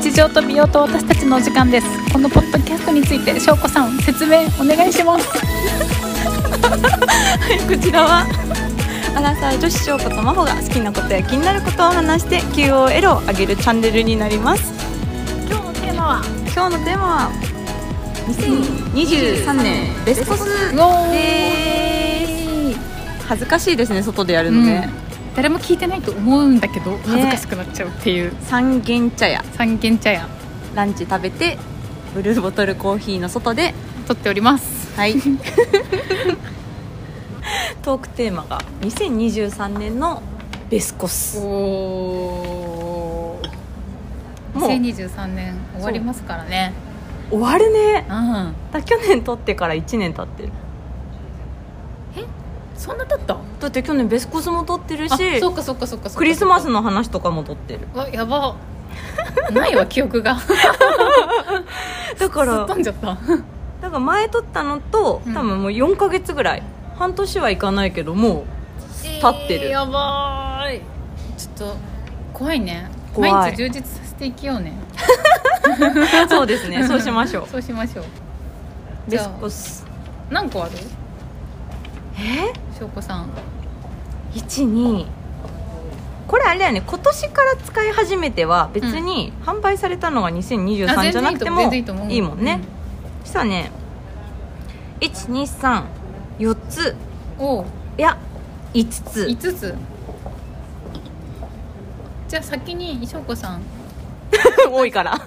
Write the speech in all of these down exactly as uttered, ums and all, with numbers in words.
日常と美容と私たちのお時間です。このポッドキャストについてしょうこさん説明お願いします。 はい、こちらはアラサー女子しょうことまほが好きなことや気になることを話して キューオーエル を上げるチャンネルになります。 今日のテーマは今日のテーマはにせんにじゅうさんねんベスコスでーす。恥ずかしいですね、外でやるのね、 うん、誰も聞いてないと思うんだけど恥ずかしくなっちゃうっていう、ね、 三軒茶屋三軒茶屋ランチ食べてブルーボトルコーヒーの外で撮っております。 はいトークテーマがにせんにじゅうさんねんのベスコス。 おー、にせんにじゅうさんねん終わりますからね。 終わるね、 うん、 だ去年撮ってからいちねん経ってる。 え、そんな経った？ だって去年ベスコスも撮ってるし、 そっかそっかそっか、 クリスマスの話とかも撮ってる。 わ、やばないわ記憶がだからすっ飛んじゃっただから前撮ったのと多分もうよんかげつぐらい、うん、半年はいかないけどもう経ってる、 えー、やばい。ちょっと怖いね。 怖い。 毎日充実させていきようねそうですね、そうしましょうそうしましょう。 ベスコス何個ある？ えしょうこさんいち、にこれあれだよね、今年から使い始めては別に販売されたのがにせんにじゅうさんじゃなくてもいいもんね。そしたらね、いち、に、さん、よっつ、 おいやいつついつつ。じゃあ先にしょうこさん多いから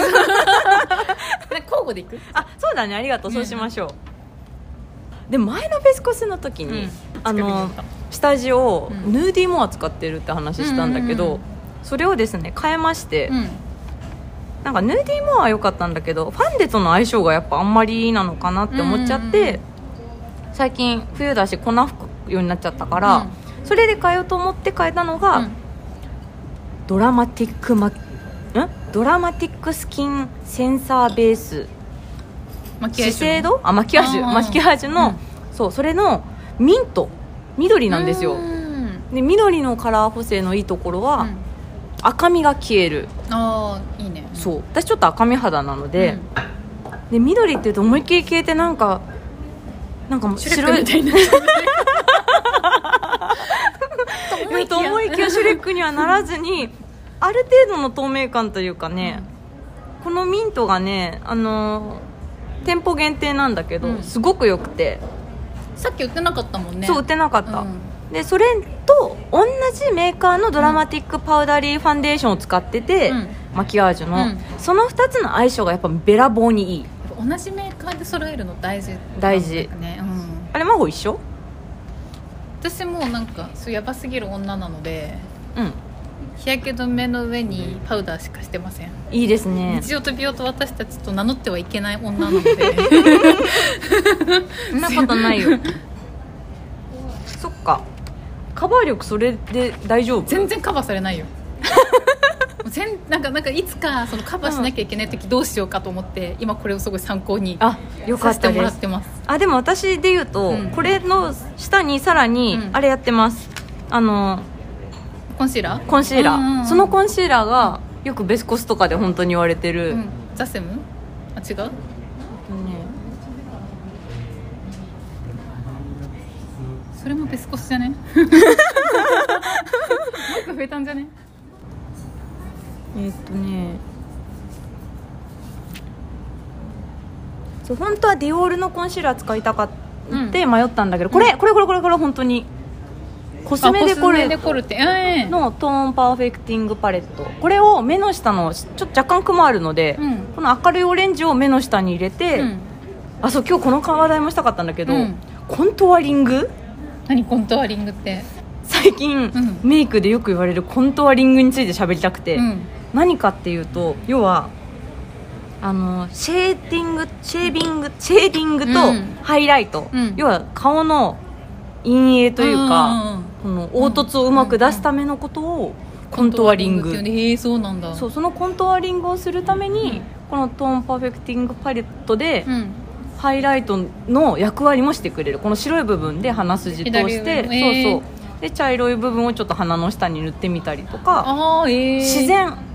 交互でいく？ あ、そうだね、ありがとう、そうしましょう、うん、で前のベスコスの時に、うん、あの下地をヌーディーモア使ってるって話したんだけど、うんうんうん、それをですね変えまして、うん、なんかヌーディーモアは良かったんだけどファンデとの相性がやっぱあんまりなのかなって思っちゃって、うんうんうん、最近冬だし粉吹くようになっちゃったから、うん、それで変えようと思って変えたのが、うん、ドラマティックマんドラマティックスキンセンサーベースマキアージュ資生堂あマキアージュマキアージュの、うん、そうそれのミント緑なんですよ。で緑のカラー補正のいいところは、うん、赤みが消える。 ああいいね。 そう私ちょっと赤み肌なので、うん、で緑って言うと思いっきり消えてなんかなんかもう白いみたいなと思いきやシュレックにはならずにある程度の透明感というかね、うん、このミントがね、あのー、店舗限定なんだけど、うん、すごくよくてさっき売ってなかったもんね。 そう売ってなかった、うん、でそれと同じメーカーのドラマティックパウダリーファンデーションを使ってて、うん、マキアージュの、うん、そのふたつの相性がやっぱべらぼうにいい。 同じメーカーで揃えるの大事、ね、 大事、うん、あれマホ一緒？ 私もなんかそうやばすぎる女なので、 うん、 日焼け止めの上にパウダーしかしてません。 いいですね。 日常と美容と私たちと名乗ってはいけない女なのでそんなことないよそっか、カバー力それで大丈夫？ 全然カバーされないよ全なんかなんかいつかそのカバーしなきゃいけない時どうしようかと思って、うん、今これをすごい参考にさせてもらってます。 あ、でも私で言うと、うん、これの下にさらにあれやってます、うん、あのコンシーラーコンシーラー、うんうんうん、そのコンシーラーがよくベスコスとかで本当に言われてる、うん、 ザセム？あ、違う、ね、それもベスコスじゃねもう一個増えたんじゃね。 えーっとねそう本当はディオールのコンシーラー使いたかって迷ったんだけど、うん、これこれこれこれこれ本当にコスメデコルのトーンパーフェクティングパレット、これを目の下のちょっと若干クマあるので、うん、この明るいオレンジを目の下に入れて、うん、あそう今日この話題もしたかったんだけど、うん、コントワリング。 何コントワリングって？ 最近、うん、メイクでよく言われるコントワリングについて喋りたくて、うん、何かっていうと要はあのシェーディングシェービングシェーディングとハイライト、うん、要は顔の陰影というか、うんうんうん、この凹凸をうまく出すためのことをコントワリング、 コントワリングっていうね。へー、そうなんだ。 そう、そのコントワリングをするために、うん、このトーンパーフェクティングパレットで、うん、ハイライトの役割もしてくれる。この白い部分で鼻筋通して、えー、そうそうで茶色い部分をちょっと鼻の下に塗ってみたりとか、 あ、えー、 自然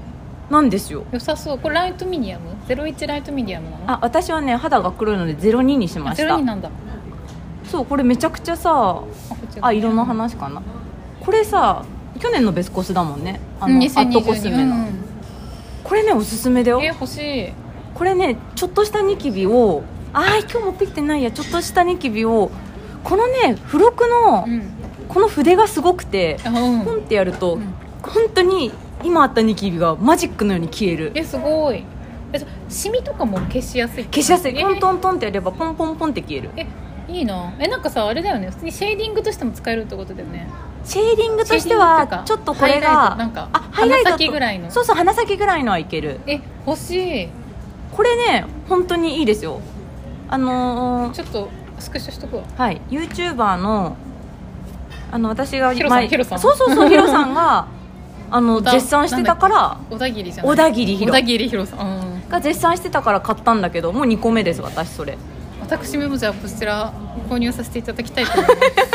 なんですよ。 良さそう。これライトミディアムゼロイチライトミディアムなの？ あ、私はね肌が黒いのでゼロににしました。 ゼロになんだ。 そう、これめちゃくちゃさ、あ, あ色の話かな。これさ去年のベスコスだもんね、あの、うん、アットコスメの、うん、これねおすすめだよ。 え欲しい。これねちょっとしたニキビを、あー今日持ってきてないや、ちょっとしたニキビをこのね付録の、うん、この筆がすごくて、うん、ポンってやると、うん、本当に今あったニキビがマジックのように消える。 えすごい。えシミとかも消しやすい？ 消しやすい。トントントンってやればポンポンポンって消える。 えいいな。えなんかさあれだよね、普通にシェーディングとしても使えるってことだよね。 シェーディングとしてはちょっとこれがなんかあ鼻先ぐらいの、 そうそう鼻先ぐらいのはいける。 え欲しい。これね本当にいいですよ。あのー、 ちょっとスクショしとくわ。 はい YouTuber のあの私がヒロさん、ヒロさんそうそうそうヒロさんがあの絶賛してたから小田切じゃない小田切ヒロ小田切ヒロさん、うん、 が絶賛してたから買ったんだけど、もうにこめです私それ。 私もじゃあこちら購入させていただきたいと思います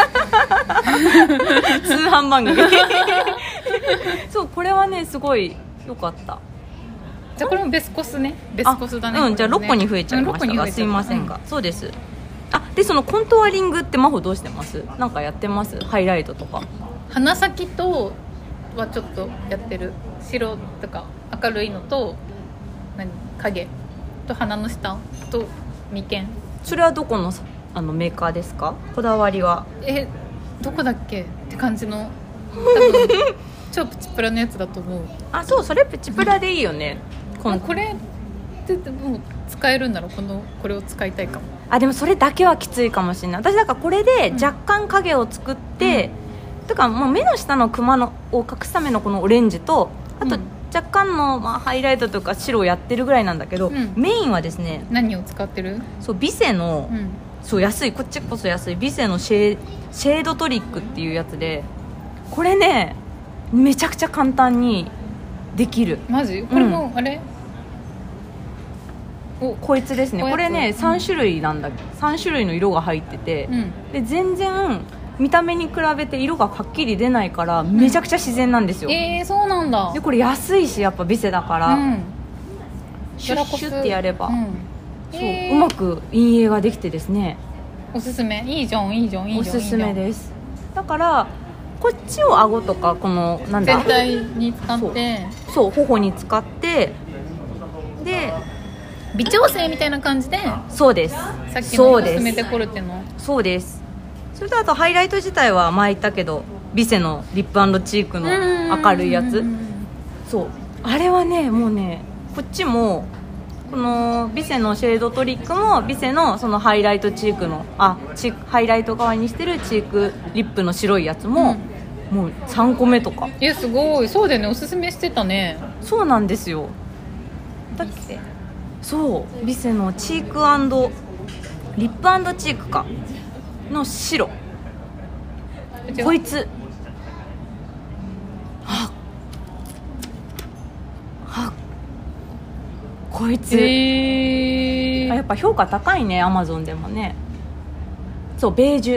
通販番組そうこれはねすごい良かった。 じゃあこれもベスコスね。ベスコスだね。 うん、じゃあろっこに増えちゃいましたが、うん、すいませんが、うん、そうです。あでそのコントワリングって真帆どうしてます？なんかやってます？ハイライトとか。 鼻先とはちょっとやってる。白とか明るいのと何影と鼻の下と眉間。 それはどこのあのメーカーですか？こだわりは。えどこだっけって感じの多分超プチプラのやつだと思う。 あそうそれプチプラでいいよね。 このこれってもう使えるんだろう。このこれを使いたいかも。 あでもそれだけはきついかもしれない。私だからこれで若干影を作って、うん、とかもう目の下のクマのを隠すためのこのオレンジと、あと、うん、若干の、まあ、ハイライトとか白をやってるぐらいなんだけど、うん、メインはですね。 何を使ってる？ そうビセの、うん、そう安い、こっちこそ安いビセのシェシェードトリックっていうやつで、これねめちゃくちゃ簡単にできる。 マジ？これも、うん、あれおこいつですね。これねさん種類なんだ、さん種類の色が入ってて、うん、で全然見た目に比べて色がはっきり出ないからめちゃくちゃ自然なんですよ、うん、 えー、そうなんだ。 でこれ安いしやっぱビセだから、うん、シュッシュッってやれば、うん、そう、えー、うまく陰影ができてですね、 おすすめ。いいじゃんいいじゃんいいじゃん。 おすすめです。だからこっちを顎とかこのなんだ全体に使って、 そう、そう頬に使ってで微調整みたいな感じで。 そうです。 さっきのコスメデコルテの。 そうです。それとあとハイライト自体は前言ったけどビセのリップ&チークの明るいやつ。そうあれはねもうねこっちもこのビセのシェードトリックもビセのそのハイライトチークのあチークハイライト側にしてるチークリップの白いやつも、うん、もうさんこめとか。 えすごい。そうだよね、おすすめしてたね。 そうなんですよ。だってそうビセのチーク&リップ&チークかの白、こいつははこいつ、えー、あやっぱ評価高いねアマゾンでもね。そうベージュ、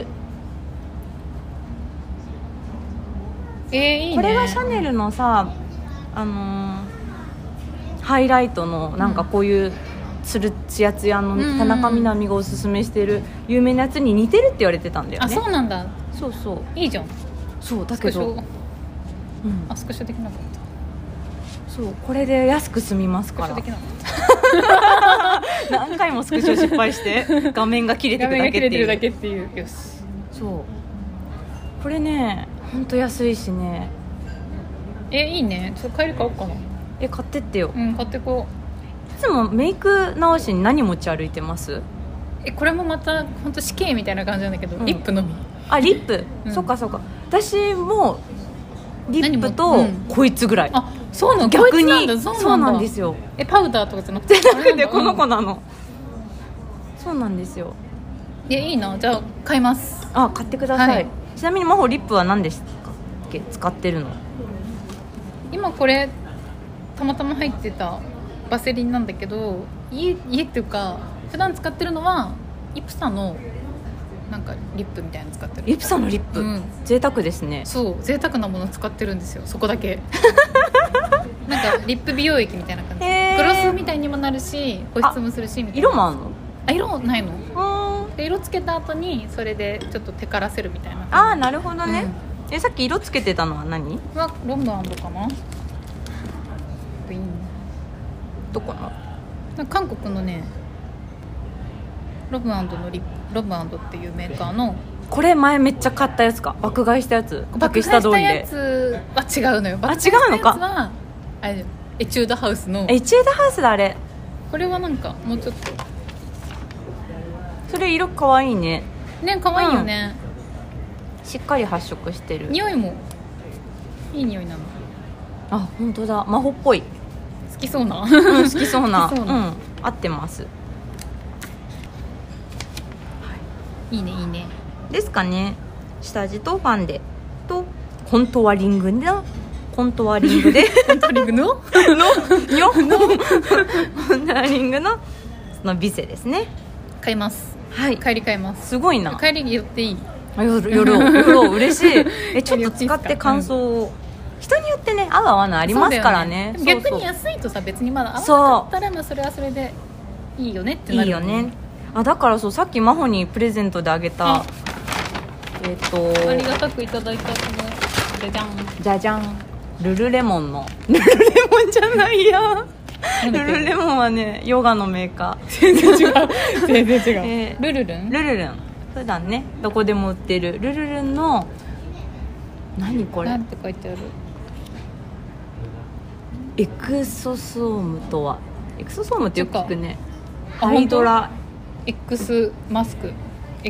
えー、いいね。 これがシャネルのさあのーハイライトのなんかこういうつるつやつやの田中みな実がおすすめしてる有名なやつに似てるって言われてたんだよね。 あそうなんだ。 そうそういいじゃん。 そうだけど、 うん、あスクショできなかった。 そうこれで安く済みますから。 スクショできなかった何回もスクショ失敗して画面が切れてるだけっていう。画面が切れてるだけっていう。よし。 そうこれねほんと安いしね。 えいいね。ちょっと帰り買おうかな。 え買ってってよ。 うん買ってこう。いつもメイク直しに何持ち歩いてます？ えこれもまた本当死刑みたいな感じなんだけど、うん、リップのみ。 あリップ、うん、そっかそっか。私もリップとこいつぐらい。 あそうなの。 逆にこいつなんだ。 そうなんですよ。 えパウダーとかじゃなくてじゃなくてこの子なの、うん、そうなんですよ。 えいいな。じゃあ買います。 あ買ってください、はい、ちなみに真帆リップは何でしたっけ使ってるの？ 今これたまたま入ってたバセリンなんだけど、家, 家っていうか普段使ってるのはイプサのなんかリップみたいなの使ってる。 イプサのリップ、うん、贅沢ですね。 そう贅沢なもの使ってるんですよ。そこだけなんかリップ美容液みたいな感じ。 へーグロスみたいにもなるし保湿もするしみたいな。 色もあんの？ あ、色ないの。 うん。 で色つけた後にそれでちょっとテカらせるみたいな。 ああ、なるほどね、 うん、 えさっき色つけてたのは何？ はロンドンかな。いいね。 どこの？ なんか韓国のねロブ&のリップロブ&っていうメーカーの。 これ前めっちゃ買ったやつか。爆買いしたやつ。竹下通りで。 爆買いしたやつは違うのよ。 あ、違うの爆買いしたやつか。 はあれエチュードハウスの。 エチュードハウスだあれ。 これはなんかもうちょっとそれ色可愛いね。 ね、可愛いよね、 うん、しっかり発色してる。 匂いもいい匂いなの。 あ、本当だ。魔法っぽい。 好きそうな、 うん、好きそうな。 好きそうな、 うん、合ってます、はい、 いいねいいねですかね。下地とファンデとコントワリングのコントワリングでコントリングののよコントワリングのそのビセですね。 買います。 はい、 帰り買います。 すごいな。 帰りに寄っていい？ 夜夜夜嬉しい。えちょっと使って感想を、うん、人によってね合う合わないありますからね。 そうだよね。逆に安いとさ別にまだ合わなかったらまあそれはそれでいいよねってなるよね。 いいよね。あ、だからそうさっき真帆にプレゼントであげたえっ、ー、とありがたくいただいたこのじゃじゃんじゃじゃんルルレモンのルルレモンじゃないやルルレモンはねヨガのメーカー。 全然違う全然違う、 えー、 ルルルンルルルン普段ねどこでも売ってるルルルンの何これなんて書いてある？ エクソソームとはエクソソームってよく聞くね。 ハイドラ X マスク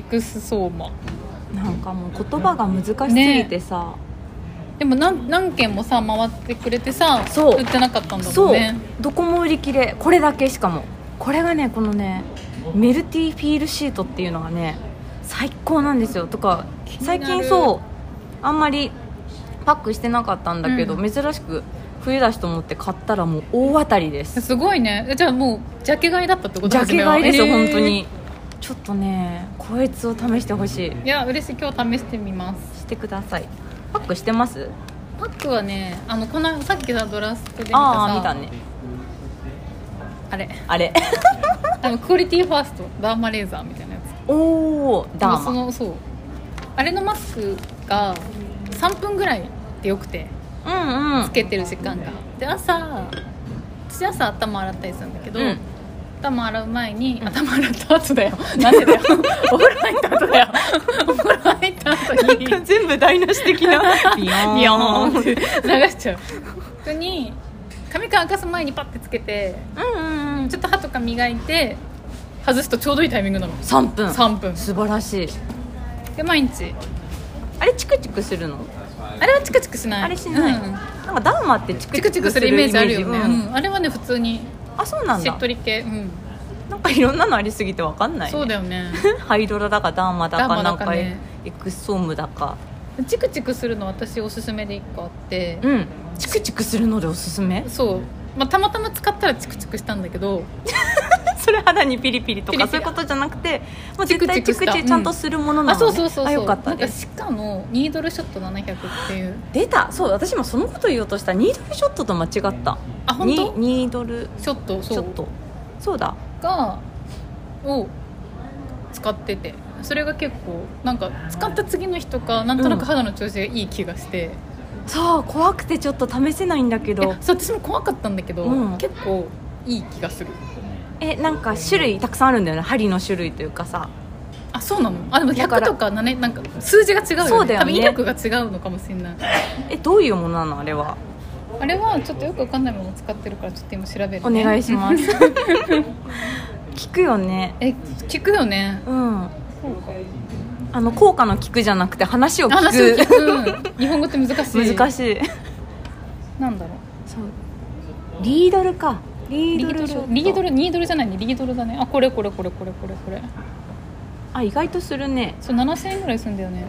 X ソーマ。 なんかもう言葉が難しすぎてさ、ね、 でも 何, 何件もさ回ってくれてさそう売ってなかったんだもんね。 そうどこも売り切れ。これだけしかもこれがねこのねメルティフィールシートっていうのがね最高なんですよ。とか最近そうあんまりパックしてなかったんだけど、うん、珍しく冬だしと思って買ったらもう大当たりです。 すごいね。じゃあもうジャケ買いだったってこと？ ジャケ買いですよ、 えー、 本当に。ちょっとねこいつを試してほしい。 いや嬉しい。今日試してみます。 してください。パックしてます？ パックはねあのこのさっきさドラストで見たさあ見たねあれあれあのクオリティファーストダーマレーザーみたいなやつ。 おーダーマ。 そのそうあれのマスクがさんぷんぐらいでよくて、 うんうん、 つけてる時間がで朝私朝頭洗ったりするんだけど、うん、頭洗う前に、うん、頭洗った後だよなんでだよお風呂入った後だよお風呂入った後に全部台無し的なビヨーンって流しちゃう。普通に髪乾かす前にパッてつけて、 うんうんうん、 ちょっと歯とか磨いて外すとちょうどいいタイミングなの。 さんぷんさんぷん素晴らしい。 で毎日あれチクチクするの？ あれはチクチクしない。 あれしない、うん、なんかダーマってチクチクするイメージあるよね、 うんうん、あれはね普通にあそうなんだしっとり系、うん、 なんかいろんなのありすぎて分かんない、ね、 そうだよねハイドラだかダーマだかなんかエクソームだか。 チクチクするの私おすすめでいっこあって、 うん、チクチクするのでおすすめ。 そう、まあ、たまたま使ったらチクチクしたんだけどそれ肌にピリピリとかピリピリそういうことじゃなくてもう絶対チクチクちゃんとするものなの、ね、 うん、あそうそうそうそう。 あよかったです。 なんかシカのニードルショットななひゃくっていう出た。そう私もそのこと言おうとした。ニードルショットと間違った。 あ本当？ ニードルショットそうショットそうだがを使っててそれが結構なんか使った次の日とかなんとなく肌の調子がいい気がして、 うん、そう怖くてちょっと試せないんだけど。 そう私も怖かったんだけど、うん、結構いい気がする。 えなんか種類たくさんあるんだよね。針の種類というかさ。 あそうなの。あでもひゃくとかな、ね、なんか数字が違うよね。 そうだよね。 多分威力が違うのかもしれない。 えどういうものなのあれは。 あれはちょっとよくわかんないものを使ってるからちょっと今調べる、ね、 お願いします効くよね。 え効くよね。 うんあの効果の効くじゃなくて話を聞く。 話を聞く、うん、日本語って難しい難しい。 なんだろう。 そうリードルか。リードルリードルニードルじゃないね。リードルだね。あこれこれこれこれこれこれ。 あ意外とするね。 そうななせんえんぐらいするんだよね。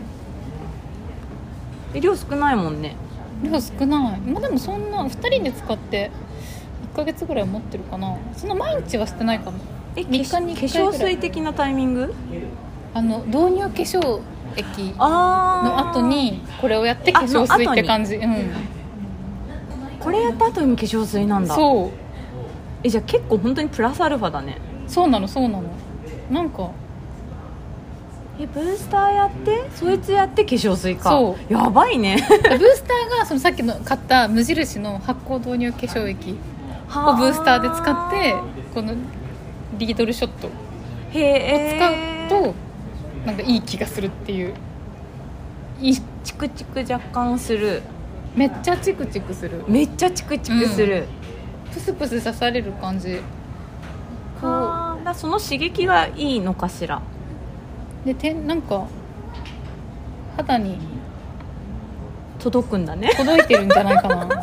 量少ないもんね。 量少ない。まあでもそんなふたりで使っていっかげつぐらい持ってるかな。そんな毎日はしてないかも。 えみっかにいっかいぐらい。化粧水的なタイミング？ あの導入化粧液の後にこれをやって化粧水って感じ。うんこれやった後に化粧水なんだ。 そうえ、じゃあ結構本当にプラスアルファだね。 そうなのそうなの。なんかえ、ブースターやってそいつやって化粧水か。 そうやばいね。 ブースターがそのさっきの買った無印の発酵導入化粧液をブースターで使ってこのリードルショットをへえ使うとなんかいい気がするっていう。いいチクチク若干する。 めっちゃチクチクする。 めっちゃチクチクする、 うん、プスプス刺される感じ。こはあ、だその刺激がいいのかしら。 うでてなんか肌に届くんだね。 届いてるんじゃないかな。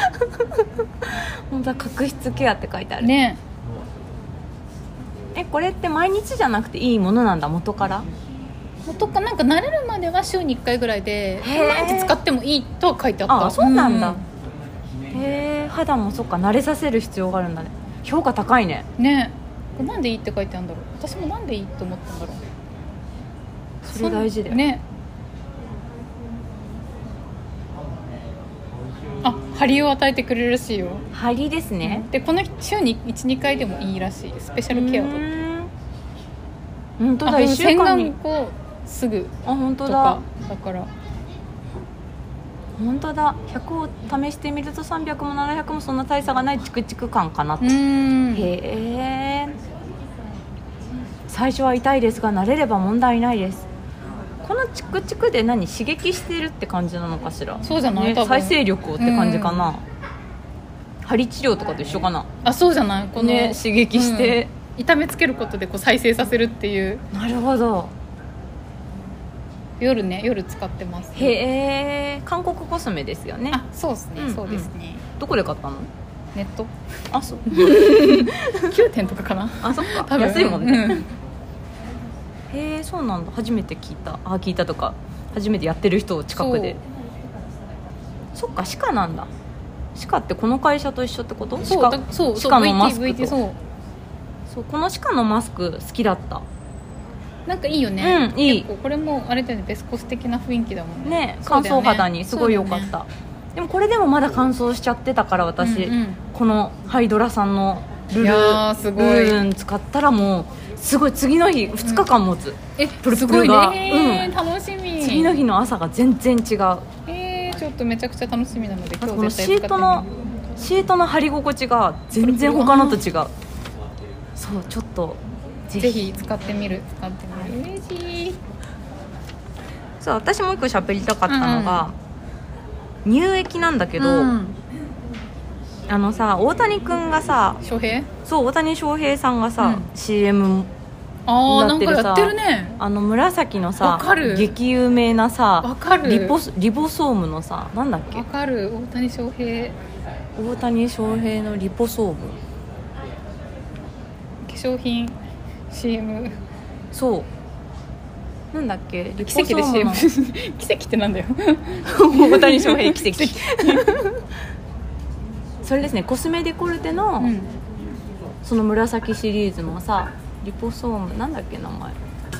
本当は角質ケアって書いてあるね。 え、これって毎日じゃなくていいものなんだ、元から。 元かなんか慣れるまでは週にいっかいぐらいでへー毎日使ってもいいとは書いてあった。 あ、そうなんだ、 うへえ、肌もそっか慣れさせる必要があるんだね。評価高いね。 ね。これなんでいいって書いてあるんだろう。私もなんでいいと思ったんだろう。 それ大事だよね。あ、張りを与えてくれるらしいよ。 張りですね。 でこの週に いち,に 回でもいいらしい。スペシャルケアと。 本当だ。 あ、 いっしゅう洗かんに顔後すぐあ、本当とだかだから本当だ。ひゃくを試してみるとさんびゃくもななひゃくもそんな大差がないチクチク感かなと。 うーんへえ。最初は痛いですが慣れれば問題ないです。このチクチクで何刺激してるって感じなのかしら。 そうじゃない、 ね、 多分再生力をって感じかな。針治療とかと一緒かな。 あ、そうじゃない。この、 ね、刺激して、 うん、痛めつけることでこう再生させるっていう。 なるほど。 夜ね、夜使ってます。 へえ。韓国コスメですよね。 あ、そうですね、 うんうん、 そうですね。 どこで買ったの？ ネット。 あ、そう。 きゅうてんとかかな。 あ、そっか。 多分安いもんね。 うん、 へえ、そうなんだ。初めて聞いた。あ、聞いたとか初めてやってる人を近くで。そっか、歯科なんだ。歯科ってこの会社と一緒ってこと？ そう歯科、 だそう歯科のマスクと。 ブイティーブイティー そうそう、この歯科のマスク好きだった。 なんかいいよね。 うん、いい。 結構これもあれだよね、ベスコス的な雰囲気だもんね。 ね、乾燥肌にすごい良かった、ね、でもこれでもまだ乾燥しちゃってたから私、うんうん、このハイドラさんのルルいやすごいルルン使ったらもうすごい次の日ふつかかん持つ、うん、 えプルプルが、 ね、うん、楽しみ。 次の日の朝が全然違う。 えー、ちょっとめちゃくちゃ楽しみなので今日絶対使ってみる。 このシートのシートの貼り心地が全然他のと違う。そう、ちょっとぜひ使ってみる使ってみる。嬉しい。 そう、私もう一個喋りたかったのが、うんうん、乳液なんだけど、うん、あのさ、大谷くんがさ、 翔平そう大谷翔平さんがさ、うん、シーエムあなってるさ、なんかやってるね。 あの紫のさ激有名なさ、 わかる。 リポリボソームのさ、なんだっけ、 わかる。大谷翔平大谷翔平のリポソーム化粧品 シーエム。そうなんだっけ、リポ奇跡で シーエム 奇跡ってなんだよ。 大谷翔平奇跡それですね、コスメデコルテの、うん、その紫シリーズのさリポソームなんだっけ名前、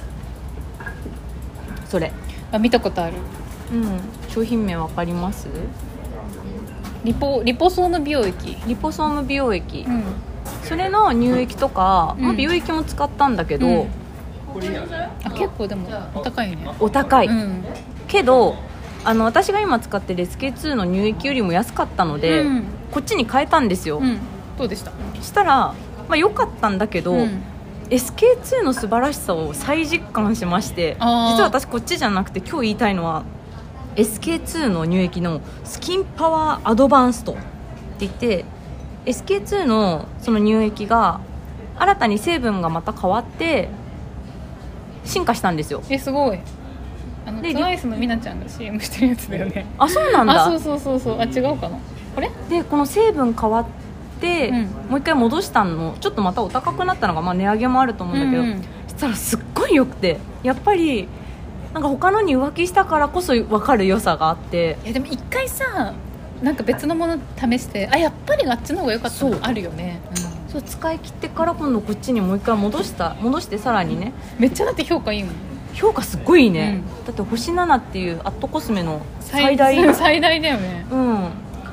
それあ見たことある。 うん、商品名わかります？ リポリポソーム美容液リポソーム美容液、うん、それの乳液とか、うんまあ、美容液も使ったんだけど、うん、 あ結構でもお高いね。 お高い、うん、けどあの私が今使ってる エスケーツー の乳液よりも安かったので、うん、こっちに変えたんですよ、うん、 どうでした？ したら、まあ、良かったんだけど、うん、エスケーツー の素晴らしさを再実感しまして、実は私こっちじゃなくて今日言いたいのは エスケーツー の乳液のスキンパワーアドバンストって言って、 エスケーツー のその乳液が新たに成分がまた変わって進化したんですよ。 えすごい。あのトワイスのみなちゃんが シーエム してるやつだよね。 あ、そうなんだ。 あ、そうそうそうそう。あ、違うかな。これでこの成分変わって、うん、もう一回戻したのちょっとまたお高くなったのが、まあ、値上げもあると思うんだけど、うんうん、そしたらすっごい良くて、やっぱりなんか他のに浮気したからこそ分かる良さがあって。 いやでも一回さなんか別のもの試してあやっぱりあっちの方が良かったのあるよね。 うん、そう使い切ってから今度こっちにもう一回戻した戻してさらにね、 めっちゃだって評価いいもん。 評価すっごいいいね、うん、だって星ななっていうアットコスメの最大最大だよね。 うん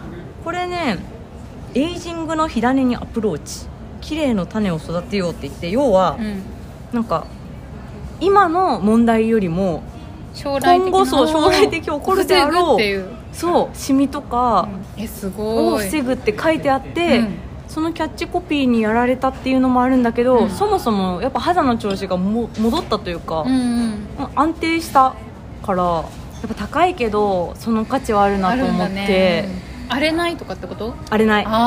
これね、エイジングの火種にアプローチ、綺麗の種を育てようって言って、要は、うん、なんか今の問題よりも将来的今後そう将来的起こるであろうそうシミとかを防ぐって書いてあって、うん、そのキャッチコピーにやられたっていうのもあるんだけど、うん、そもそもやっぱ肌の調子がも戻ったというか、うんうん、安定したからやっぱ高いけどその価値はあるなと思って、 荒れないとかってこと？ 荒れない、うん、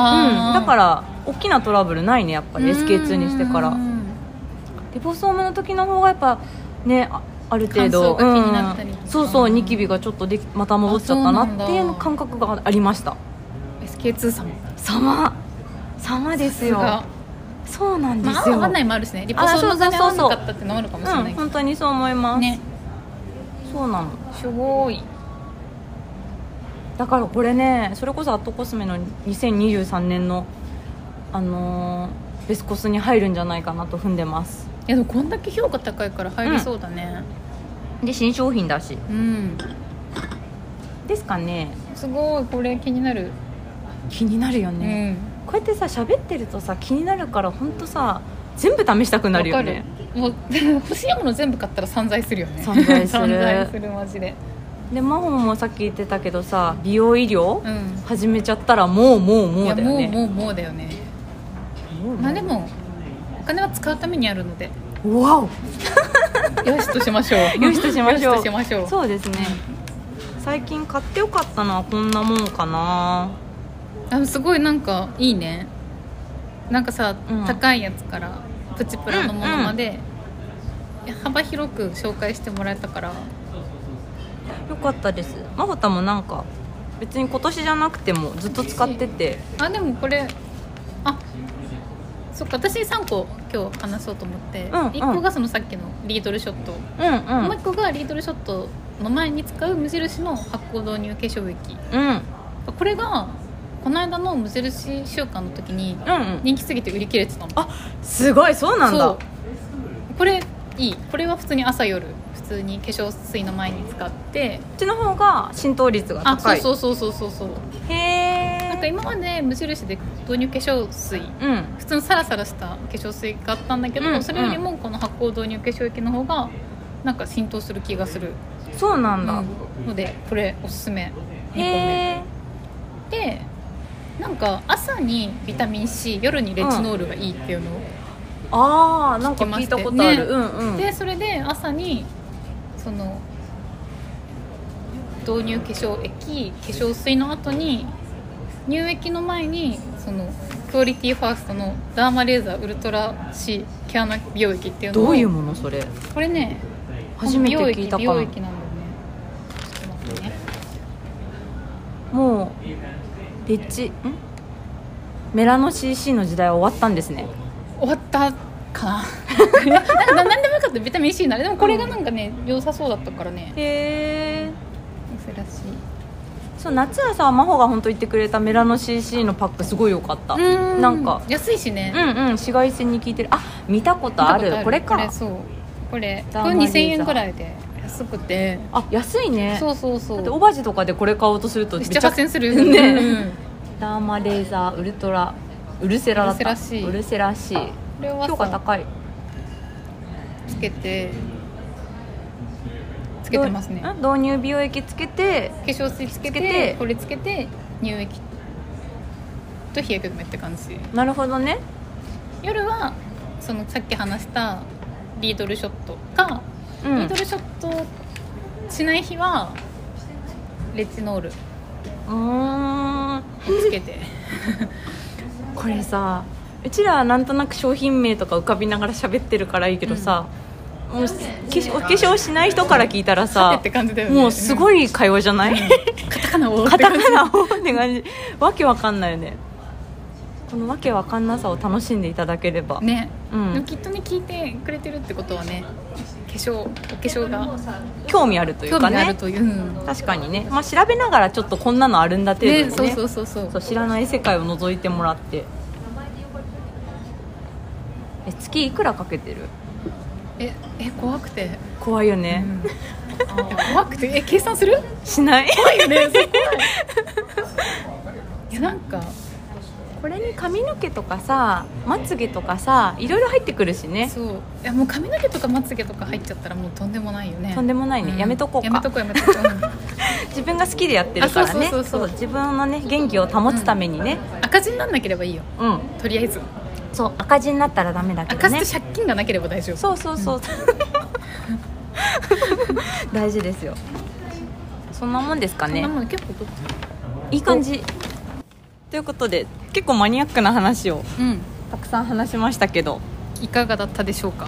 だから大きなトラブルないね、やっぱり エスケーツー にしてから。デボソームの時の方がやっぱね、あ, ある程度乾燥が気になったりとか、 うん、そうそう、ニキビがちょっとでまた戻っちゃったなっていう感覚がありました。 エスケーツー 様様様ですよ。そうなんですよ、まあ、 合わないもあるしね、リポソームが合わなかったってのもあるかもしれないけど、 うん、本当にそう思います、ね、そうなの、 すごい。 だからこれね、それこそアットコスメのにせんにじゅうさんねんのあのー、ベスコスに入るんじゃないかなと踏んでます。 いやでもこんだけ評価高いから入りそうだね、 うん、で新商品だし、 うん、 ですかね。 すごい、これ気になる。 気になるよね、うん、こうやってさ喋ってるとさ気になるから本当さ全部試したくなるよね。 もう欲しいもの全部買ったら散財するよね。 散財する散財するマジで。 で真帆もさっき言ってたけどさ、美容医療、うん、始めちゃったらもうもうもうだよね。 いやもうもうもうだよね。まあでもお金は使うためにあるので、 わおよしとしましょう。 よしとしましょう。 よしとしましょう。 そうですね、うん、最近買ってよかったのはこんなもんかな。 あ、すごいなんかいいね。なんかさ、うん、高いやつからプチプラのものまで、うんうん、幅広く紹介してもらえたからよかったです。真帆たもなんか別に今年じゃなくてもずっと使ってて、 あ、でもこれ、あ、そっか、私さんこ今日話そうと思って、うんうん、いっこがそのさっきのリードルショット、うんうん、もういっこがリードルショットの前に使う無印の発酵導入化粧液、うん、これがこの間の無印週間の時に人気すぎて売り切れてたの、 うんうん、あ、すごい、そうなんだ。そう、 これいい。これは普通に朝夜普通に化粧水の前に使って、 こっちの方が浸透率が高い。 あ、そうそうそうそうそう。へー。なんか今まで無印で導入化粧水、うん、普通のサラサラした化粧水があったんだけど、うんうん、それよりもこの発酵導入化粧液の方がなんか浸透する気がする。 そうなんだ、 うん、のでこれおすすめ。にこめで、なんか朝にビタミン C、 夜にレチノールがいいっていうのを、うん、 あー、なんか聞いたことある、ね、うんうん、 でそれで朝にその導入化粧液、化粧水の後に乳液の前にそのクオリティファーストのダーマレーザーウルトラ C 毛穴美容液っていうのを、 どういうものそれ。 これね、 初めて聞いたかも。 美容液なんだよね。ちょっと待ってね。 もうレッチんメラノ シーシー の時代は終わったんですね。 終わったかな。なんか何でもよかった、ビタミン C なら。でもこれがなんかね、うん、良さそうだったからね。 へー、 珍しい。 そう、夏はさ、真帆が本当言ってくれたメラノ シーシー のパックすごい良かった。ん、なんか安いしね。 うんうん、紫外線に効いてる。あ、見たことある。これか。 これ、そう、これこれにせんえんくらいで安くて。 あ、安いね。 そうそうそう。 だってオバジとかでこれ買おうとするとめちゃはっせんするね、うん、ダーマレーザーウルトラウルセラだった。ウルセラ C、 ウルセラ C、 これは評価高い。 つけてつけてますね。 導入美容液つけて、 化粧水つけ て, つけてこれつけて乳液と日焼け止めって感じ。 なるほどね。 夜はそのさっき話したリードルショットか、うん、リードルショットしない日はレチノールをつけてこれさ、うちらはなんとなく商品名とか浮かびながら喋ってるからいいけどさ、うん、もうお化粧しない人から聞いたらさ、 って感じだよね、 もうすごい会話じゃない、うん、 カタカナをカタカナをって感じ。わけわかんないよね。このわけわかんなさを楽しんでいただければね、うん、でもきっとね聞いてくれてるってことはね、化粧お化粧が興味あるというかね、 興味あるという、うん、 確かにね、まあ、調べながらちょっとこんなのあるんだ程度でね、 ね、そうそうそうそう、 そう知らない世界を覗いてもらって。え、月いくらかけてる？ ええ怖くて怖いよね、 うん、怖くてえ計算する？ しない。 怖いよね。 いやなんかこれに髪の毛とかさまつげとかさいろいろ入ってくるしね。 そういやもう髪の毛とかまつげとか入っちゃったらもうとんでもないよね。 とんでもないね、 うん、 やめとこうか。 やめとこうやめとこう、うん、 自分が好きでやってるからね。 そうそうそうそう、 自分のね元気を保つためにね、 うん、赤字になんなければいいよ、 うん、 とりあえず。 そう赤字になったらダメだけどね。 赤字と借金がなければ大丈夫。 そうそうそう、うん、大事ですよ。そんなもんですかね。 そんなもん結構いい感じということで結構マニアックな話をうんたくさん話しましたけど、 いかがだったでしょうか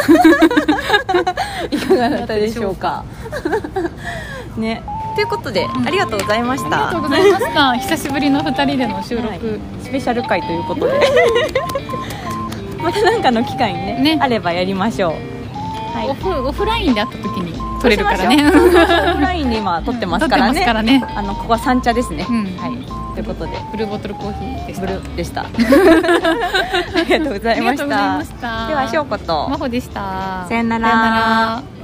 いかがだったでしょうかね、ということで、うん、ありがとうございました。 ありがとうございました久しぶりのふたりでの収録、はい、 スペシャル回ということでまた何かの機会に ね, ねあればやりましょう、 はい、オ, フオフラインで会った時に撮れるからね。 オフラインで今撮ってますからね。 からね、 あのここは三茶ですね、うん、はい、ということでブルーボトルコーヒーでした。 ブルーでしたありがとうございました。ではしょうことまほでした。 さよなら。 さよなら。